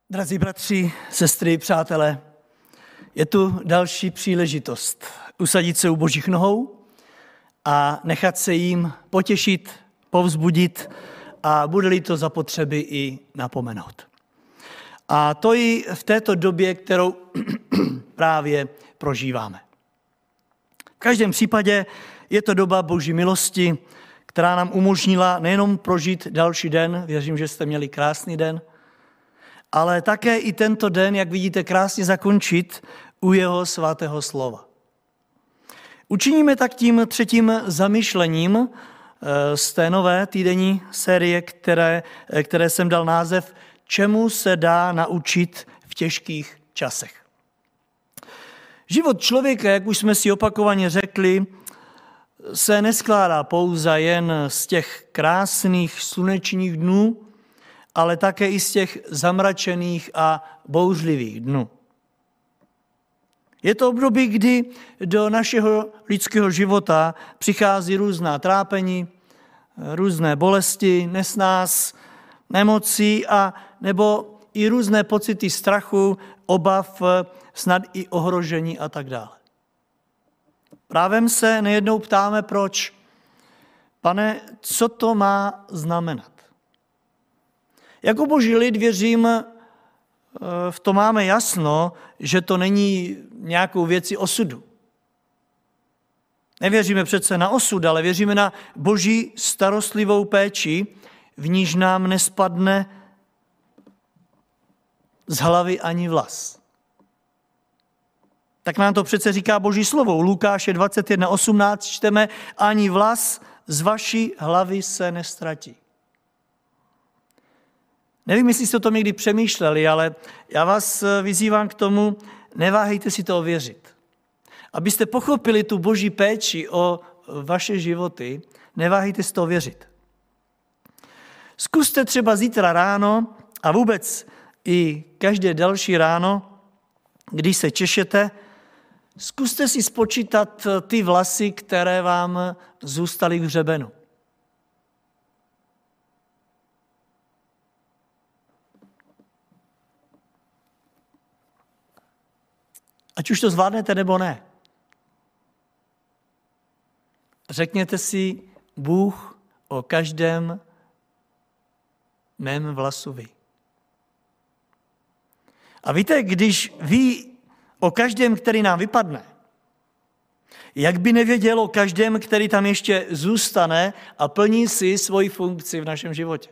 Drazí bratři, sestry, přátelé, je tu další příležitost usadit se u Božích nohou a nechat se jim potěšit, povzbudit a bude-li to zapotřebí i napomenout. A to i v této době, kterou právě prožíváme. V každém případě je to doba Boží milosti, která nám umožnila nejenom prožít další den, věřím, že jste měli krásný den, ale také i tento den, jak vidíte, krásně zakončit u jeho svatého slova. Učiníme tak tím třetím zamyšlením z té nové týdenní série, které jsem dal název Čemu se dá naučit v těžkých časech. Život člověka, jak už jsme si opakovaně řekli, se neskládá pouze jen z těch krásných slunečních dnů, ale také i z těch zamračených a bouřlivých dnů. Je to období, kdy do našeho lidského života přichází různá trápení, různé bolesti, nesnás, nemocí a nebo i různé pocity strachu, obav, snad i ohrožení a tak dále. Právem se nejednou ptáme, proč. Pane, co to má znamenat? Jako Boží lid věřím, v tom máme jasno, že to není nějakou věcí osudu. Nevěříme přece na osud, ale věříme na Boží starostlivou péči, v níž nám nespadne z hlavy ani vlas. Tak nám to přece říká Boží slovo. U Lukáše 21:18 čteme, ani vlas z vaší hlavy se nestratí. Nevím, jestli jste o tom někdy přemýšleli, ale já vás vyzývám k tomu, neváhejte si to ověřit. Abyste pochopili tu Boží péči o vaše životy, neváhejte si to ověřit. Zkuste třeba zítra ráno a vůbec i každé další ráno, když se češete, zkuste si spočítat ty vlasy, které vám zůstaly v hřebenu. Ať už to zvládnete, nebo ne. Řekněte si, Bůh o každém mém vlasu ví. A víte, když ví o každém, který nám vypadne, jak by nevěděl o každém, který tam ještě zůstane a plní si svoji funkci v našem životě.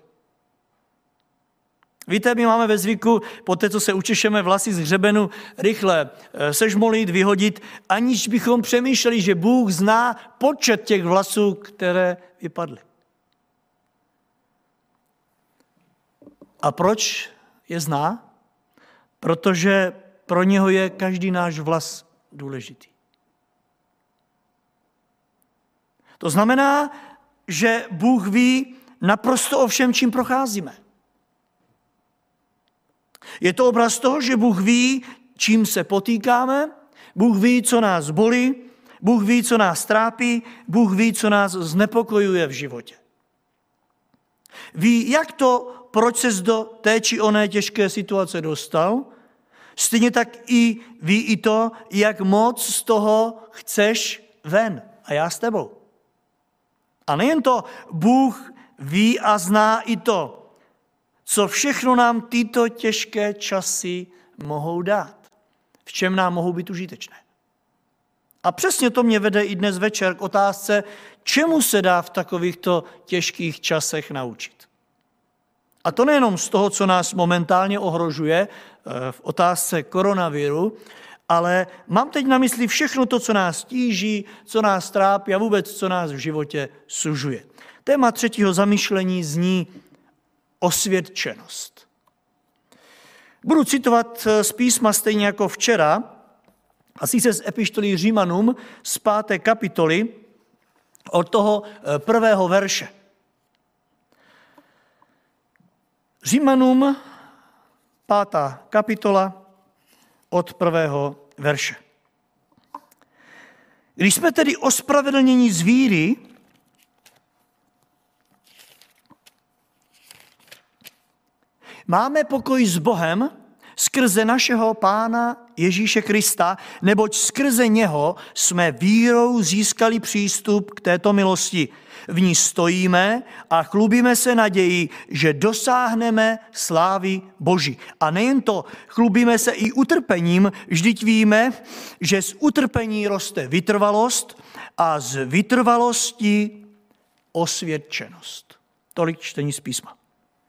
Víte, my máme ve zvyku, po té, co se učešeme vlasy z hřebenu, rychle sežmolit, vyhodit, aniž bychom přemýšleli, že Bůh zná počet těch vlasů, které vypadly. A proč je zná? Protože pro něho je každý náš vlas důležitý. To znamená, že Bůh ví naprosto o všem, čím procházíme. Je to obraz toho, že Bůh ví, čím se potýkáme, Bůh ví, co nás bolí, Bůh ví, co nás trápí, Bůh ví, co nás znepokojuje v životě. Ví, jak to, proč ses do té či oné těžké situace dostal, stejně tak i ví i to, jak moc z toho chceš ven a já s tebou. A nejen to, Bůh ví a zná i to, co všechno nám tyto těžké časy mohou dát, v čem nám mohou být užitečné. A přesně to mě vede i dnes večer k otázce, čemu se dá v takovýchto těžkých časech naučit. A to nejenom z toho, co nás momentálně ohrožuje v otázce koronaviru, ale mám teď na mysli všechno to, co nás tíží, co nás trápí a vůbec, co nás v životě sužuje. Téma třetího zamyšlení zní osvědčenost. Budu citovat z písma stejně jako včera, a sice z epištoly Římanům z 5. kapitoly od toho 1. verše. Římanům 5. kapitola od 1. verše. Když jsme tedy ospravedlněni z víry, máme pokoj s Bohem skrze našeho Pána Ježíše Krista, neboť skrze něho jsme vírou získali přístup k této milosti. V ní stojíme a chlubíme se naději, že dosáhneme slávy Boží. A nejen to, chlubíme se i utrpením, vždyť víme, že z utrpení roste vytrvalost a z vytrvalosti osvědčenost. Tolik čtení z písma.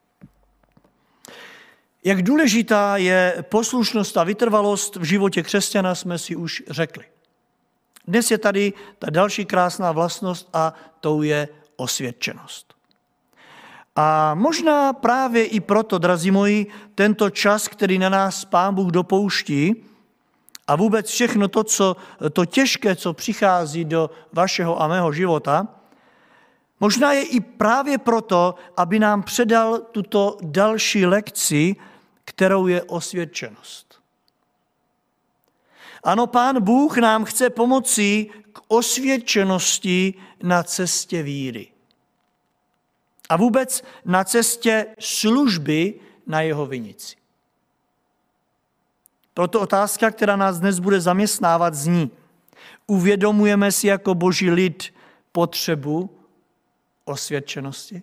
Jak důležitá je poslušnost a vytrvalost v životě křesťana, jsme si už řekli. Dnes je tady ta další krásná vlastnost a tou je osvědčenost. A možná právě i proto, drazí moji, tento čas, který na nás Pán Bůh dopouští a vůbec všechno to těžké, co přichází do vašeho a mého života, možná je i právě proto, aby nám předal tuto další lekci, kterou je osvědčenost. Ano, Pán Bůh nám chce pomoci k osvědčenosti na cestě víry. A vůbec na cestě služby na jeho vinici. Proto otázka, která nás dnes bude zaměstnávat, zní: uvědomujeme si jako Boží lid potřebu osvědčenosti?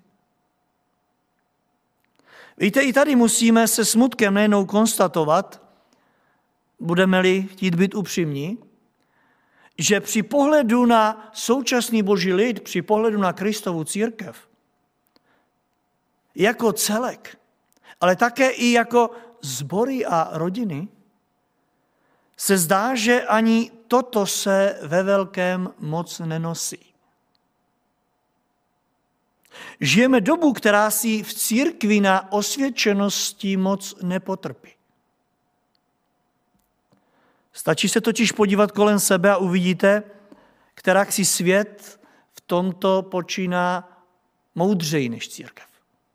Víte, i tady musíme se smutkem nejenom konstatovat, budeme-li chtít být upřímní, že při pohledu na současný Boží lid, při pohledu na Kristovu církev, jako celek, ale také i jako sbory a rodiny, se zdá, že ani toto se ve velkém moc nenosí. Žijeme dobu, která si v církvi na osvědčenosti moc nepotrpí. Stačí se totiž podívat kolem sebe a uvidíte, kterak si svět v tomto počíná moudřeji než církev.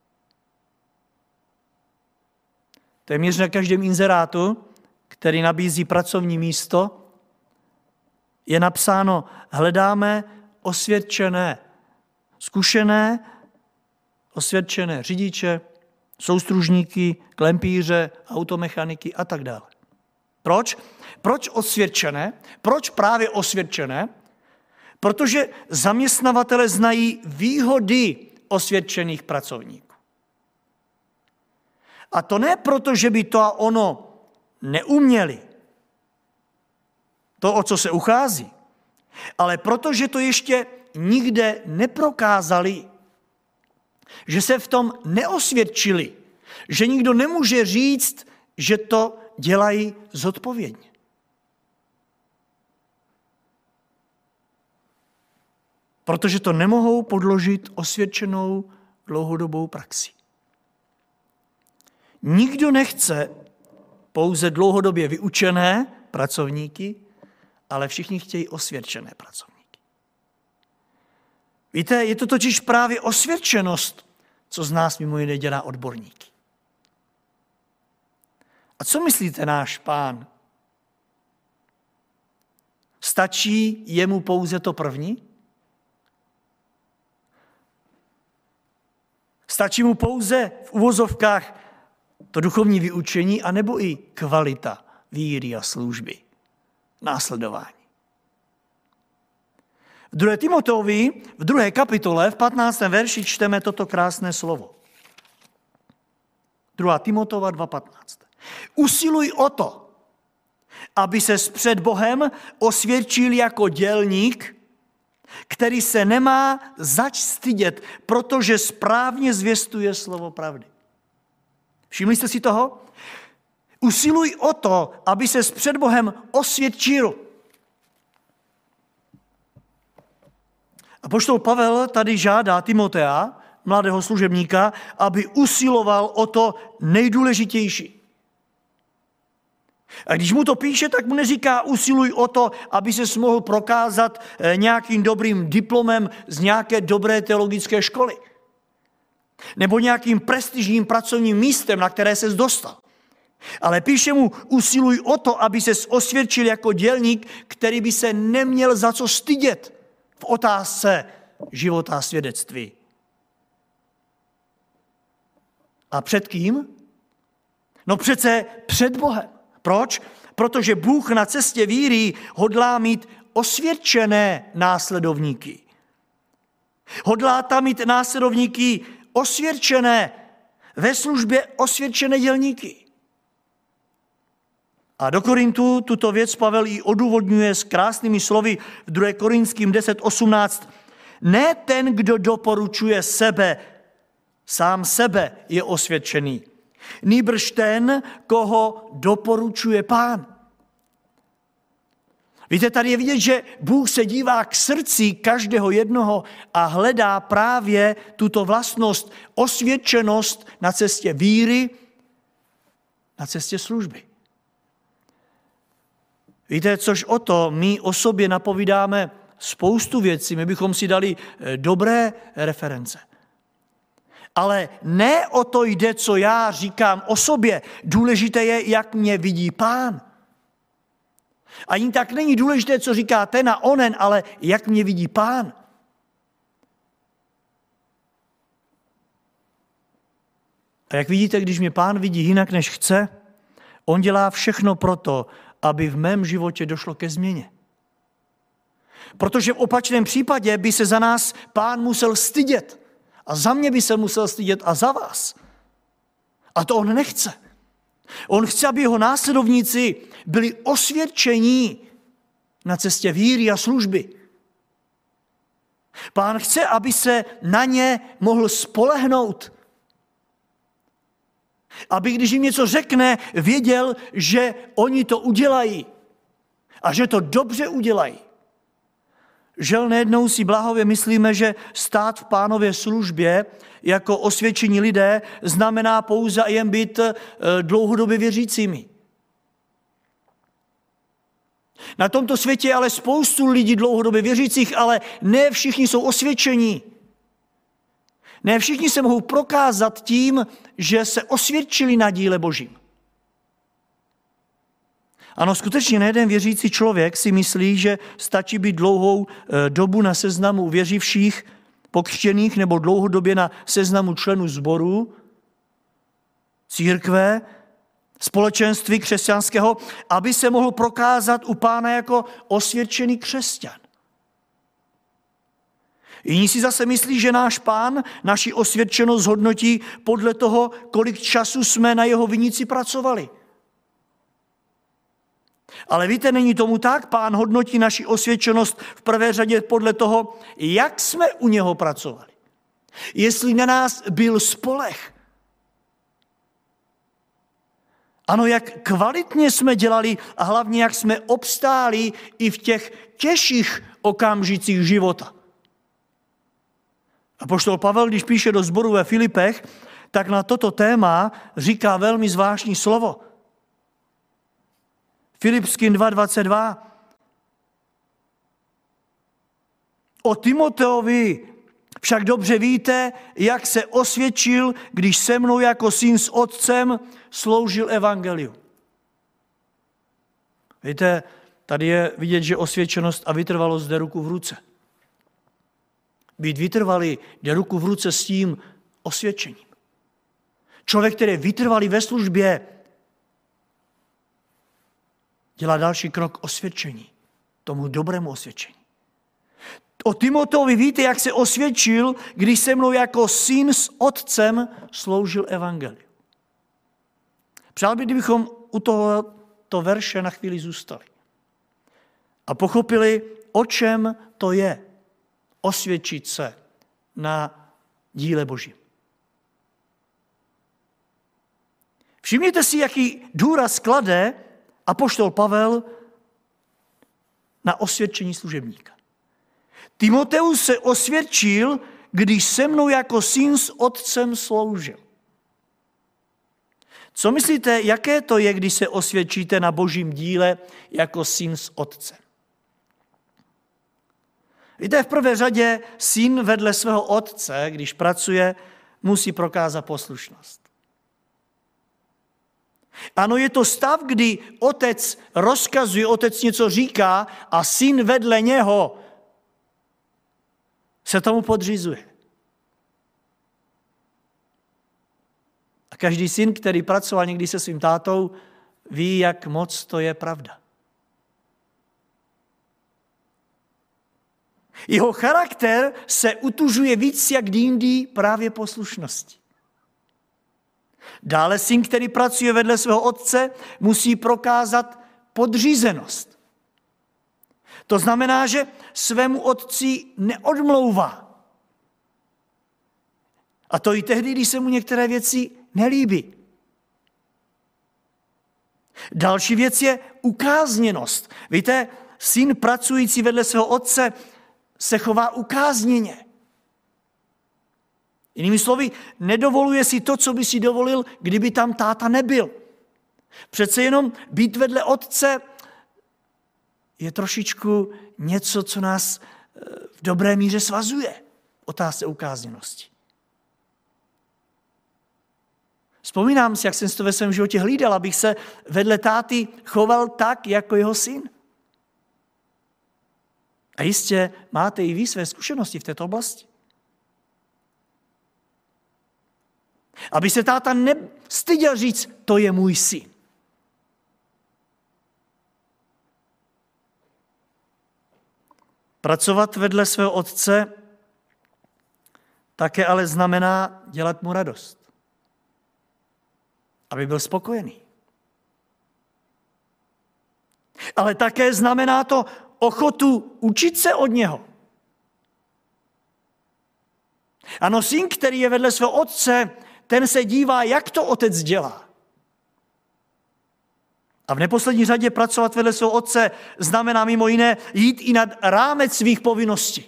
Téměř na každém inzerátu, který nabízí pracovní místo, je napsáno: hledáme osvědčené, zkušené, osvědčené řidiče, soustružníky, klempíře, automechaniky a tak dále. Proč? Proč osvědčené? Proč právě osvědčené? Protože zaměstnavatele znají výhody osvědčených pracovníků. A to ne proto, že by to a ono neuměli, to, o co se uchází, ale protože to ještě nikde neprokázali, že se v tom neosvědčili, že nikdo nemůže říct, že to dělají zodpovědně. Protože to nemohou podložit osvědčenou dlouhodobou praxi. Nikdo nechce pouze dlouhodobě vyučené pracovníky, ale všichni chtějí osvědčené pracovníky. Víte, je to totiž právě osvědčenost, co z nás mimo jiné dělá odborníky. A co myslíte náš Pán? Stačí jemu pouze to první? Stačí mu pouze v uvozovkách to duchovní vyučení, anebo i kvalita víry a služby, následování? V 2. Timoteovi, v 2. kapitole, v 15. verši čteme toto krásné slovo. 2. Timotova 2.15. Usiluj o to, aby ses před Bohem osvědčil jako dělník, který se nemá zač stydět, protože správně zvěstuje slovo pravdy. Všimli jste si toho? Usiluj o to, aby ses před Bohem osvědčil. Apoštol Pavel tady žádá Timotea, mladého služebníka, aby usiloval o to nejdůležitější. A když mu to píše, tak mu neříká usiluj o to, aby ses mohl prokázat nějakým dobrým diplomem z nějaké dobré teologické školy. Nebo nějakým prestižním pracovním místem, na které ses dostal. Ale píše mu usiluj o to, aby ses osvědčil jako dělník, který by se neměl za co stydět v otázce života a svědectví. A před kým? No přece před Bohem. Proč? Protože Bůh na cestě víry hodlá mít osvědčené následovníky. Hodlá tam mít následovníky osvědčené, ve službě osvědčené dělníky. A do Korintu tuto věc Pavel i odůvodňuje s krásnými slovy v 2. Korinským 10:18. Ne ten, kdo doporučuje sebe, sám sebe je osvědčený. Nýbrž ten, koho doporučuje Pán. Víte, tady je vidět, že Bůh se dívá k srdci každého jednoho a hledá právě tuto vlastnost, osvědčenost na cestě víry, na cestě služby. Víte, což o to my o sobě napovídáme spoustu věcí, my bychom si dali dobré reference. Ale ne o to jde, co já říkám o sobě. Důležité je, jak mě vidí Pán. Ani tak není důležité, co říká ten a onen, ale jak mě vidí Pán. A jak vidíte, když mě Pán vidí jinak, než chce, on dělá všechno proto, aby v mém životě došlo ke změně. Protože v opačném případě by se za nás Pán musel stydět. A za mě by se musel stydět a za vás. A to on nechce. On chce, aby jeho následovníci byli osvědčení na cestě víry a služby. Pán chce, aby se na ně mohl spolehnout. Aby když jim něco řekne, věděl, že oni to udělají. A že to dobře udělají. Žel nejednou si bláhově myslíme, že stát v Pánově službě jako osvědčení lidé znamená pouze jen být dlouhodobě věřícími. Na tomto světě je ale spoustu lidí dlouhodobě věřících, ale ne všichni jsou osvědčení. Ne všichni se mohou prokázat tím, že se osvědčili na díle Božím. Ano, skutečně nejeden věřící člověk si myslí, že stačí být dlouhou dobu na seznamu věřících, pokřtěných nebo dlouhodobě na seznamu členů sboru, církve, společenství křesťanského, aby se mohl prokázat u Pána jako osvědčený křesťan. Jiní si zase myslí, že náš Pán naši osvědčenost hodnotí podle toho, kolik času jsme na jeho vinici pracovali. Ale víte, není tomu tak. Pán hodnotí naši osvědčenost v prvé řadě podle toho, jak jsme u něho pracovali. Jestli na nás byl spoleh. Ano, jak kvalitně jsme dělali a hlavně jak jsme obstáli i v těch těžších okamžicích života. Apoštol Pavel, když píše do sboru ve Filipech, tak na toto téma říká velmi zvláštní slovo. Filipským 2:22. O Timoteovi však dobře víte, jak se osvědčil, když se mnou jako syn s otcem sloužil evangeliu. Víte, tady je vidět, že osvědčenost a vytrvalost jde ruku v ruce. Být vytrvalý jde ruku v ruce s tím osvědčením. Člověk, který je vytrvalý ve službě, dělá další krok osvědčení, tomu dobrému osvědčení. O Timoteovi víte, jak se osvědčil, když se mnou jako syn s otcem sloužil evangeliu. Přál bych, kdybychom u tohoto verše na chvíli zůstali a pochopili, o čem to je osvědčit se na díle Božím. Všimněte si, jaký důraz klade apoštol Pavel na osvědčení služebníka. Timoteus se osvědčil, když se mnou jako syn s otcem sloužil. Co myslíte, jaké to je, když se osvědčíte na Božím díle jako syn s otcem? Víte, v prvé řadě syn vedle svého otce, když pracuje, musí prokázat poslušnost. Ano, je to stav, kdy otec rozkazuje, otec něco říká a syn vedle něho se tomu podřizuje. A každý syn, který pracoval někdy se svým tátou, ví, jak moc to je pravda. Jeho charakter se utužuje víc jak jindy právě poslušností. Dále syn, který pracuje vedle svého otce, musí prokázat podřízenost. To znamená, že svému otci neodmlouvá. A to i tehdy, když se mu některé věci nelíbí. Další věc je ukázněnost. Víte, syn pracující vedle svého otce se chová ukázněně. Jinými slovy, nedovoluje si to, co by si dovolil, kdyby tam táta nebyl. Přece jenom být vedle otce je trošičku něco, co nás v dobré míře svazuje. Otázce ukázněnosti. Vzpomínám si, jak jsem si to ve svém životě hlídal, abych se vedle táty choval tak, jako jeho syn. A jistě máte i vy své zkušenosti v této oblasti. Aby se táta nestyděl říct, to je můj syn. Pracovat vedle svého otce také ale znamená dělat mu radost. Aby byl spokojený. Ale také znamená to ochotu učit se od něho. Ano, syn, který je vedle svého otce, ten se dívá, jak to otec dělá. A v neposlední řadě pracovat vedle svého otce znamená mimo jiné jít i nad rámec svých povinností.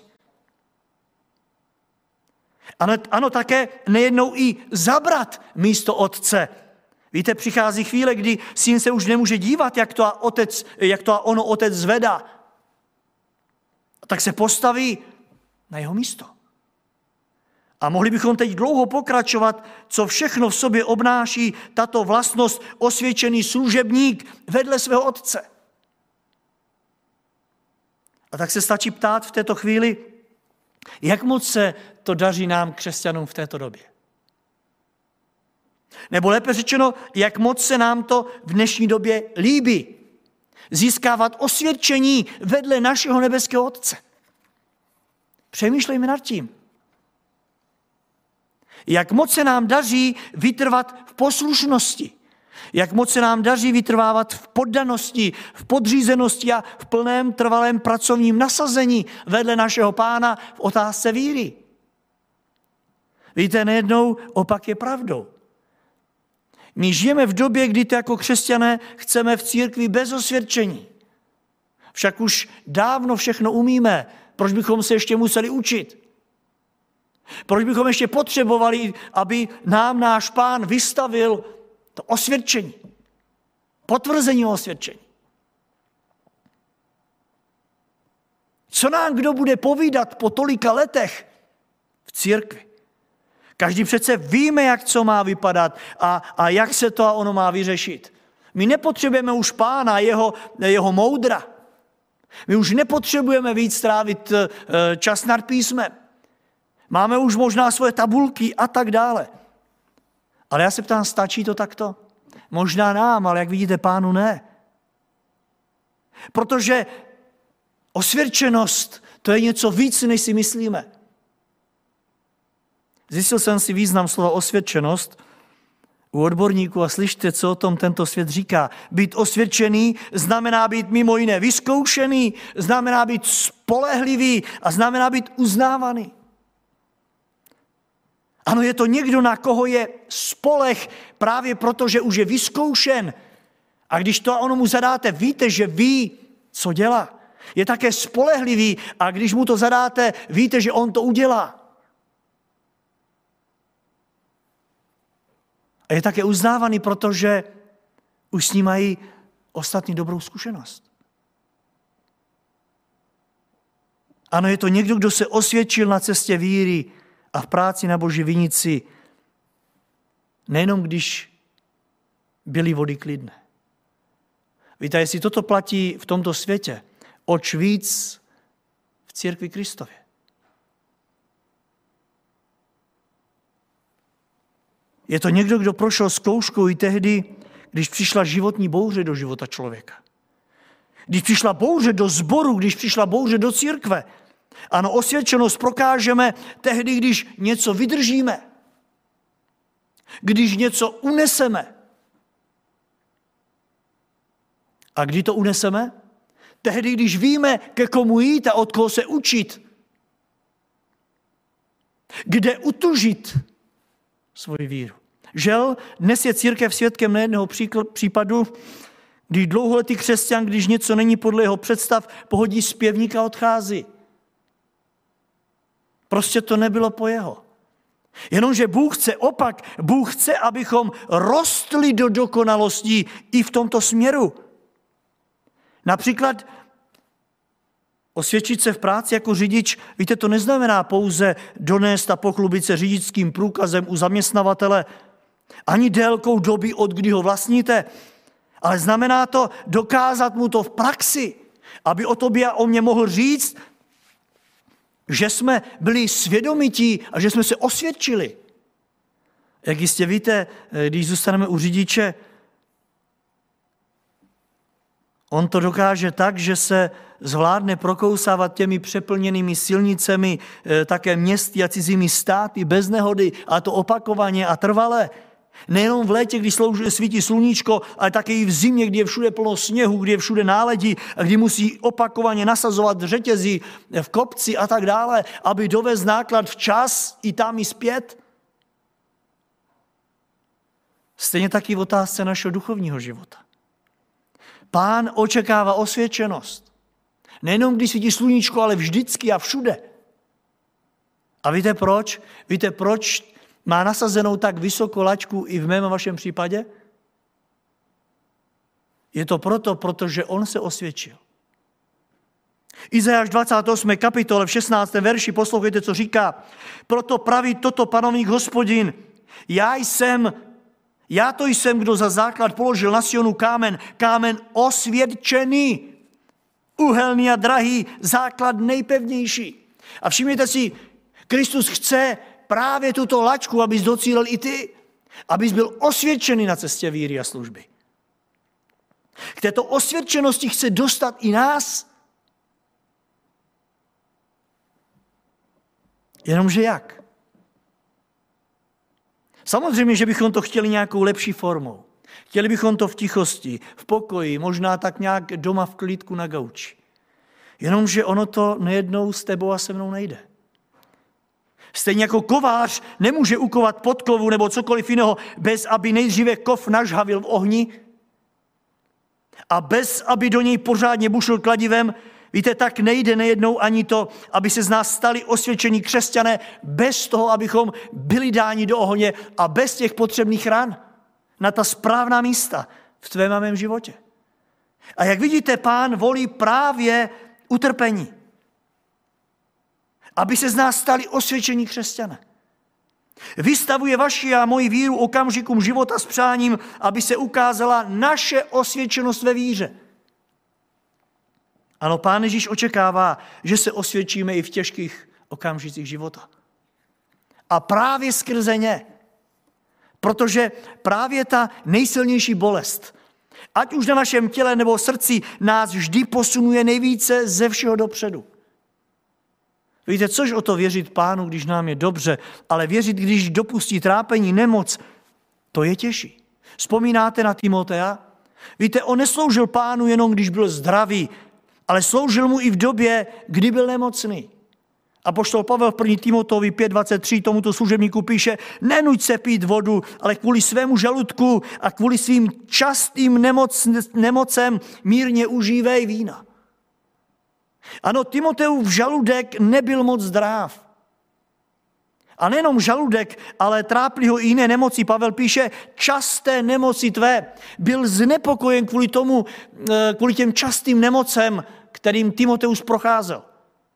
Ano, také nejednou i zabrat místo otce. Víte, přichází chvíle, kdy syn se už nemůže dívat, jak to ono otec zvedá. Tak se postaví na jeho místo. A mohli bychom teď dlouho pokračovat, co všechno v sobě obnáší tato vlastnost osvědčený služebník vedle svého otce. A tak se stačí ptát v této chvíli, jak moc se to daří nám, křesťanům, v této době. Nebo lépe řečeno, jak moc se nám to v dnešní době líbí. Získávat osvědčení vedle našeho nebeského Otce. Přemýšlejme nad tím. Jak moc se nám daří vytrvat v poslušnosti. Jak moc se nám daří vytrvávat v poddanosti, v podřízenosti a v plném trvalém pracovním nasazení vedle našeho Pána v otázce víry. Víte, nejednou opak je pravdou. My žijeme v době, kdy to jako křesťané chceme v církvi bez osvědčení. Však už dávno všechno umíme. Proč bychom se ještě museli učit? Proč bychom ještě potřebovali, aby nám náš Pán vystavil to osvědčení? Potvrzení o osvědčení. Co nám kdo bude povídat po tolika letech v církvi? Každý přece víme, jak co má vypadat a jak se to a ono má vyřešit. My nepotřebujeme už Pána, jeho moudra. My už nepotřebujeme víc strávit čas nad písmem. Máme už možná svoje tabulky a tak dále. Ale já se ptám, stačí to takto? Možná nám, ale jak vidíte, Pánu ne. Protože osvědčenost, to je něco víc, než si myslíme. Zjistil jsem si význam slova osvědčenost u odborníků a slyšte, co o tom tento svět říká. Být osvědčený znamená být mimo jiné vyzkoušený, znamená být spolehlivý a znamená být uznávaný. Ano, je to někdo, na koho je spoleh právě proto, že už je vyzkoušen. A když to ono mu zadáte, víte, že ví, co dělá. Je také spolehlivý a když mu to zadáte, víte, že on to udělá. A je také uznávaný, protože už s ním mají ostatní dobrou zkušenost. Ano, je to někdo, kdo se osvědčil na cestě víry a v práci na Boží vinici, nejenom když byly vody klidné. Víte, jestli toto platí v tomto světě, oč víc v církvi Kristově. Je to někdo, kdo prošel zkouškou i tehdy, když přišla životní bouře do života člověka. Když přišla bouře do sboru, když přišla bouře do církve. Ano, osvědčenost prokážeme tehdy, když něco vydržíme. Když něco uneseme. A kdy to uneseme? Tehdy, když víme, ke komu jít a od koho se učit. Kde utužit svoji víru. Žel, dnes je církev svědkem nejedného případu, když dlouholetý křesťan, když něco není podle jeho představ, pohodí zpěvníka a odchází. Prostě to nebylo po jeho. Jenomže Bůh chce opak. Bůh chce, abychom rostli do dokonalostí i v tomto směru. Například osvědčit se v práci jako řidič, víte, to neznamená pouze donést a pochlubit se řidičským průkazem u zaměstnavatele, ani délkou doby, od kdy ho vlastníte, ale znamená to dokázat mu to v praxi, aby o tobě a o mě mohl říct, že jsme byli svědomití a že jsme se osvědčili. Jak jistě víte, když zůstaneme u řidiče, on to dokáže tak, že se zvládne prokousávat těmi přeplněnými silnicemi, také městy a cizími státy bez nehody, a to opakovaně a trvale. Nejenom v létě, když svítí sluníčko, ale také i v zimě, kdy je všude plno sněhu, kdy je všude náledí a kdy musí opakovaně nasazovat řetězy v kopci a tak dále, aby dovez náklad včas i tam i zpět. Stejně taky v otázce našeho duchovního života. Pán očekává osvědčenost. Nejenom když svítí sluníčko, ale vždycky a všude. A víte proč? Víte proč má nasazenou tak vysokou laťku i v mém a vašem případě? Je to proto, protože on se osvědčil. Izajáš 28. kapitole v 16. verši, poslouchejte, co říká. Proto praví toto panovník Hospodin. Já to jsem, kdo za základ položil na Sionu kámen osvědčený, uhelný a drahý, základ nejpevnější. A všimněte si, Kristus chce právě tuto laťku, abys docílil i ty, abys byl osvědčený na cestě víry a služby. K této osvědčenosti chce dostat i nás. Jenomže jak? Samozřejmě, že bychom to chtěli nějakou lepší formou. Chtěli bychom to v tichosti, v pokoji, možná tak nějak doma v klídku na gauči. Jenomže ono to nejednou s tebou a se mnou nejde. Stejně jako kovář nemůže ukovat podkovu nebo cokoliv jiného, bez aby nejdříve kov nažhavil v ohni a bez aby do něj pořádně bušil kladivem. Víte, tak nejde nejednou ani to, aby se z nás stali osvědčení křesťané bez toho, abychom byli dáni do ohně a bez těch potřebných ran na ta správná místa v tvém a mém životě. A jak vidíte, Pán volí právě utrpení, aby se z nás stali osvědčení křesťané. Vystavuje vaši a moji víru okamžikům života s přáním, aby se ukázala naše osvědčenost ve víře. Ano, Pán Ježíš očekává, že se osvědčíme i v těžkých okamžicích života. A právě skrze ně, protože právě ta nejsilnější bolest, ať už na našem těle nebo srdci, nás vždy posunuje nejvíce ze všeho dopředu. Víte, což o to věřit Pánu, když nám je dobře, ale věřit, když dopustí trápení, nemoc, to je těžší. Vzpomínáte na Timotea? Víte, on nesloužil Pánu jenom, když byl zdravý, ale sloužil mu i v době, kdy byl nemocný. Apoštol Pavel v 1. Timoteovi 5.23 tomuto služebníku píše, nenuď se pít vodu, ale kvůli svému žaludku a kvůli svým častým nemocem mírně užívej vína. Ano, Timoteův žaludek nebyl moc zdrav. A nejenom žaludek, ale trápili ho i jiné nemoci. Pavel píše, časté nemoci tvé. Byl znepokojen kvůli těm častým nemocem, kterým Timoteus procházel.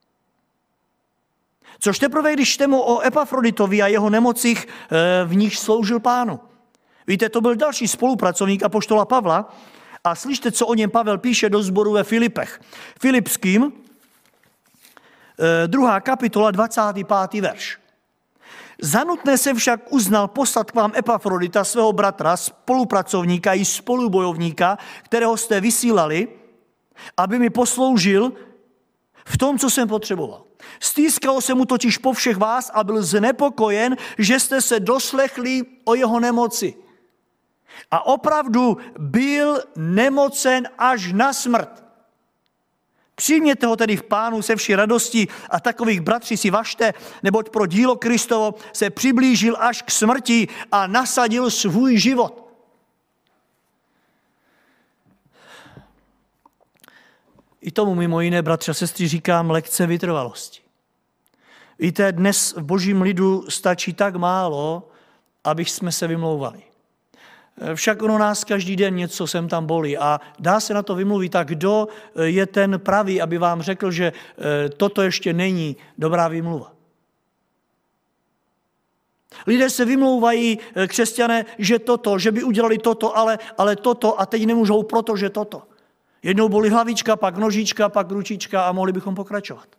Což teprve, když čteme o Epafroditovi a jeho nemocích, v nich sloužil Pánu. Víte, to byl další spolupracovník apoštola Pavla a slyšte, co o něm Pavel píše do sboru ve Filipech. Filipským, 2. kapitola, 25. verš. Za nutné se však uznal poslat k vám Epafrodita, svého bratra, spolupracovníka i spolubojovníka, kterého jste vysílali, aby mi posloužil v tom, co jsem potřeboval. Stýskalo se mu totiž po všech vás a byl znepokojen, že jste se doslechli o jeho nemoci. A opravdu byl nemocen až na smrt. Přijměte ho tedy v Pánu se vší radostí a takových bratří si važte, neboť pro dílo Kristovo se přiblížil až k smrti a nasadil svůj život. I tomu mimo jiné, bratři a sestry, říkám lekce vytrvalosti. Víte, dnes v božím lidu stačí tak málo, abych jsme se vymlouvali. Však ono nás každý den něco sem tam bolí a dá se na to vymluvit. A kdo je ten pravý, aby vám řekl, že toto ještě není dobrá výmluva? Lidé se vymlouvají, křesťané, že by udělali toto, ale toto a teď nemůžou, protože toto. Jednou bolí hlavička, pak nožička, pak ručička a mohli bychom pokračovat.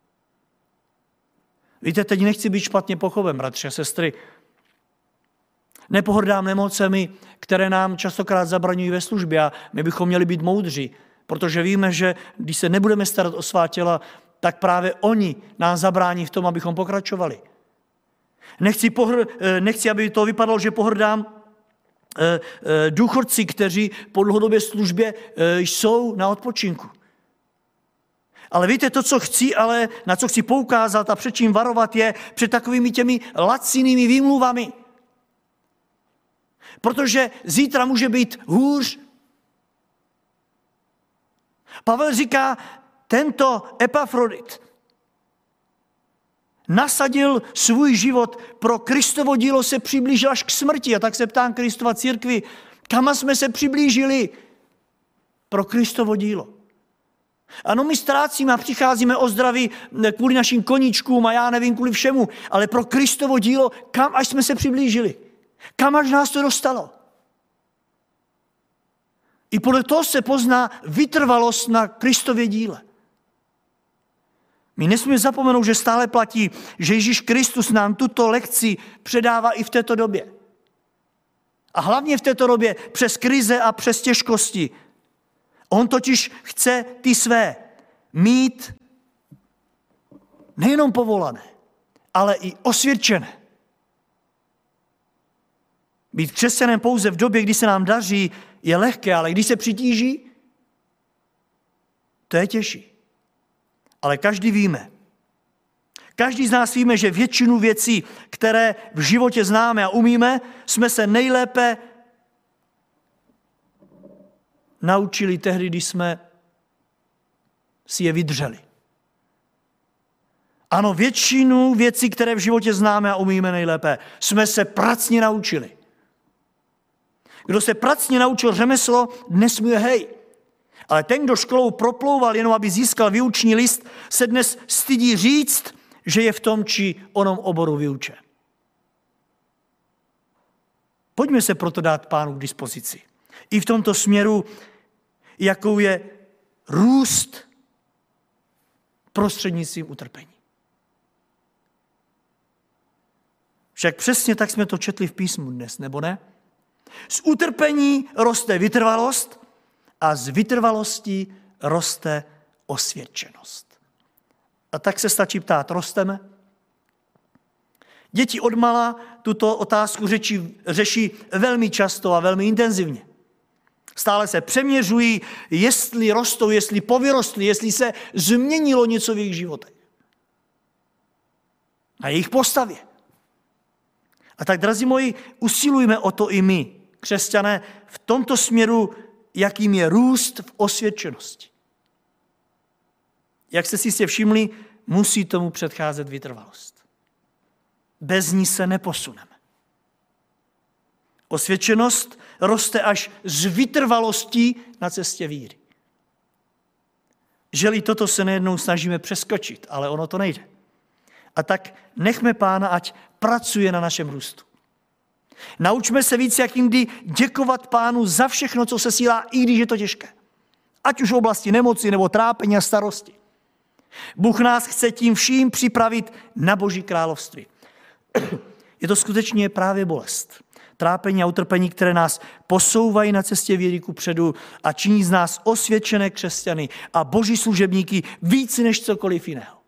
Víte, teď nechci být špatně pochopen, bratři a sestry. Nepohrdám nemocemi, které nám častokrát zabraňují ve službě a my bychom měli být moudří, protože víme, že když se nebudeme starat o svá těla, tak právě oni nás zabrání v tom, abychom pokračovali. Nechci, aby to vypadalo, že pohrdám důchodci, kteří po dlouhodobé službě jsou na odpočinku. Ale víte, to, co chci, ale na co chci poukázat a před čím varovat je před takovými těmi lacinými výmluvami. Protože zítra může být hůř. Pavel říká, tento Epafrodit nasadil svůj život pro Kristovo dílo, se přiblížil až k smrti. A tak se ptám Kristova církvi, kam jsme se přiblížili pro Kristovo dílo. Ano, my ztrácíme a přicházíme o zdraví kvůli našim koníčkům a já nevím kvůli všemu, ale pro Kristovo dílo, kam až jsme se přiblížili. Kam až nás to dostalo. I podle toho se pozná vytrvalost na Kristově díle. My nesmíme zapomenout, že stále platí, že Ježíš Kristus nám tuto lekci předává i v této době. A hlavně v této době přes krize a přes těžkosti. On totiž chce ty své mít nejenom povolané, ale i osvědčené. Být křesťanem pouze v době, kdy se nám daří, je lehké, ale když se přitíží, to je těžší. Ale každý z nás víme, že většinu věcí, které v životě známe a umíme, jsme se nejlépe naučili tehdy, když jsme si je vydřeli. Ano, většinu věcí, které v životě známe a umíme nejlépe, jsme se pracně naučili. Kdo se pracně naučil řemeslo, dnes mu je hej. Ale ten, kdo školou proplouval, jenom aby získal výuční list, se dnes stydí říct, že je v tom či onom oboru vyučen. Pojďme se proto dát Pánu k dispozici. I v tomto směru, jakou je růst prostřednictvím utrpení. Však přesně tak jsme to četli v písmu dnes, nebo ne? Z utrpení roste vytrvalost a z vytrvalosti roste osvědčenost. A tak se stačí ptát, rosteme? Děti odmala tuto otázku řeší velmi často a velmi intenzivně. Stále se přeměřují, jestli rostou, jestli povyrostli, jestli se změnilo něco v jejich životech. Na jejich postavě. A tak, drazí moji, usilujme o to i my, křesťané, v tomto směru, jakým je růst v osvědčenosti. Jak jste si jistě všimli, musí tomu předcházet vytrvalost. Bez ní se neposuneme. Osvědčenost roste až z vytrvalostí na cestě víry. Želi toto se nejednou snažíme přeskočit, ale ono to nejde. A tak nechme Pána, ať pracuje na našem růstu. Naučme se víc, jak jindy děkovat Pánu za všechno, co se sílá, i když je to těžké. Ať už v oblasti nemoci nebo trápení a starosti. Bůh nás chce tím vším připravit na Boží království. Je to skutečně právě bolest. Trápení a utrpení, které nás posouvají na cestě víry kupředu a činí z nás osvědčené křesťany a boží služebníky víc než cokoliv jiného.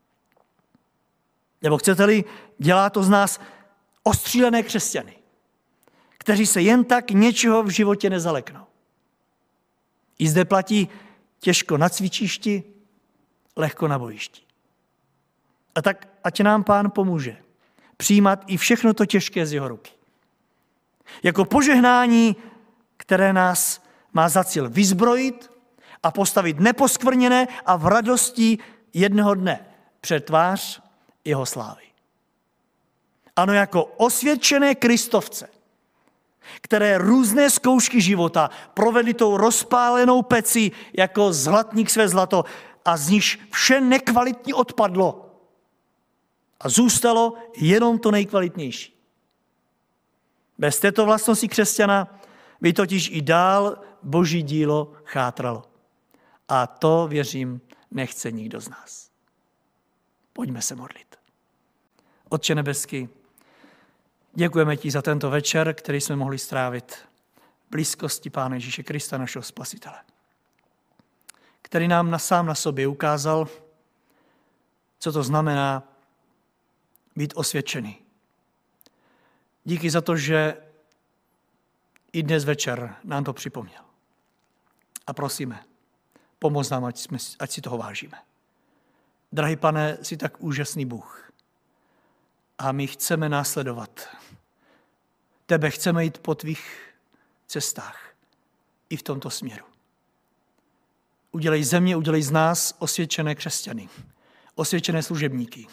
Nebo chcete-li, dělá to z nás ostřílené křesťany, kteří se jen tak něčeho v životě nezaleknou. I zde platí těžko na cvičišti, lehko na bojišti. A tak ať nám Pán pomůže přijímat i všechno to těžké z jeho ruky. Jako požehnání, které nás má za cíl vyzbrojit a postavit neposkvrněné a v radosti jednoho dne před tvář jeho slávy. Ano, jako osvědčené kristovce, které různé zkoušky života provedly tou rozpálenou pecí jako zlatník své zlato a z níž vše nekvalitní odpadlo a zůstalo jenom to nejkvalitnější. Bez této vlastnosti křesťana by totiž i dál boží dílo chátralo. A to, věřím, nechce nikdo z nás. Pojďme se modlit. Otče nebeský, děkujeme ti za tento večer, který jsme mohli strávit v blízkosti Pána Ježíše Krista, našeho Spasitele, který nám sám na sobě ukázal, co to znamená být osvědčený. Díky za to, že i dnes večer nám to připomněl. A prosíme, pomoz nám, ať si toho vážíme. Drahý Pane, jsi tak úžasný Bůh. A my chceme následovat tebe, chceme jít po tvých cestách i v tomto směru. Udělej země, udělej z nás osvědčené křesťany, osvědčené služebníky.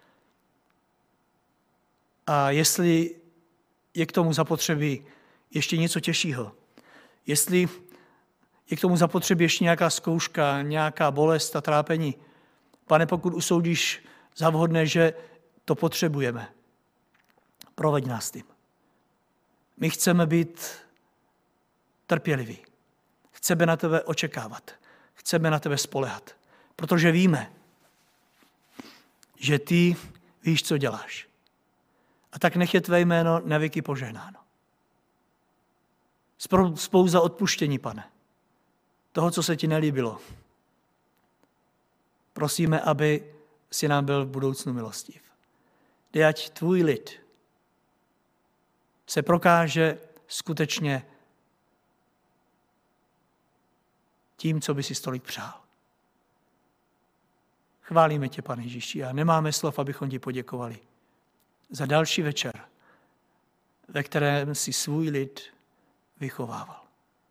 A jestli je k tomu zapotřebí ještě něco těžšího, jestli je k tomu zapotřebí ještě nějaká zkouška, nějaká bolest a trápení, Pane, pokud usoudíš za vhodné, že to potřebujeme, proveď nás tím. My chceme být trpěliví. Chceme na tebe očekávat. Chceme na tebe spoléhat. Protože víme, že ty víš, co děláš. A tak nech je tvé jméno na věky požehnáno. Spouza odpuštění, Pane. Toho, co se ti nelíbilo. Prosíme, aby si nám byl v budoucnu milostiv. Dej, ať tvůj lid se prokáže skutečně tím, co by si tolik přál. Chválíme tě, Pane Ježíši, a nemáme slov, abychom ti poděkovali za další večer, ve kterém si svůj lid vychovával.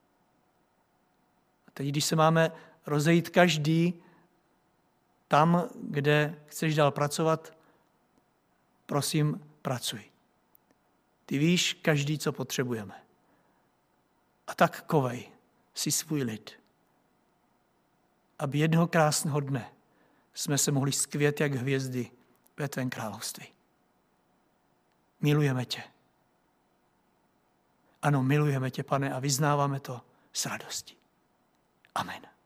A teď, když se máme rozejít každý tam, kde chceš dál pracovat, prosím, pracuj. Ty víš každý, co potřebujeme. A tak kovej si svůj lid, aby jednoho krásného dne jsme se mohli skvět jak hvězdy ve tvém království. Milujeme tě. Ano, milujeme tě, Pane, a vyznáváme to s radostí. Amen.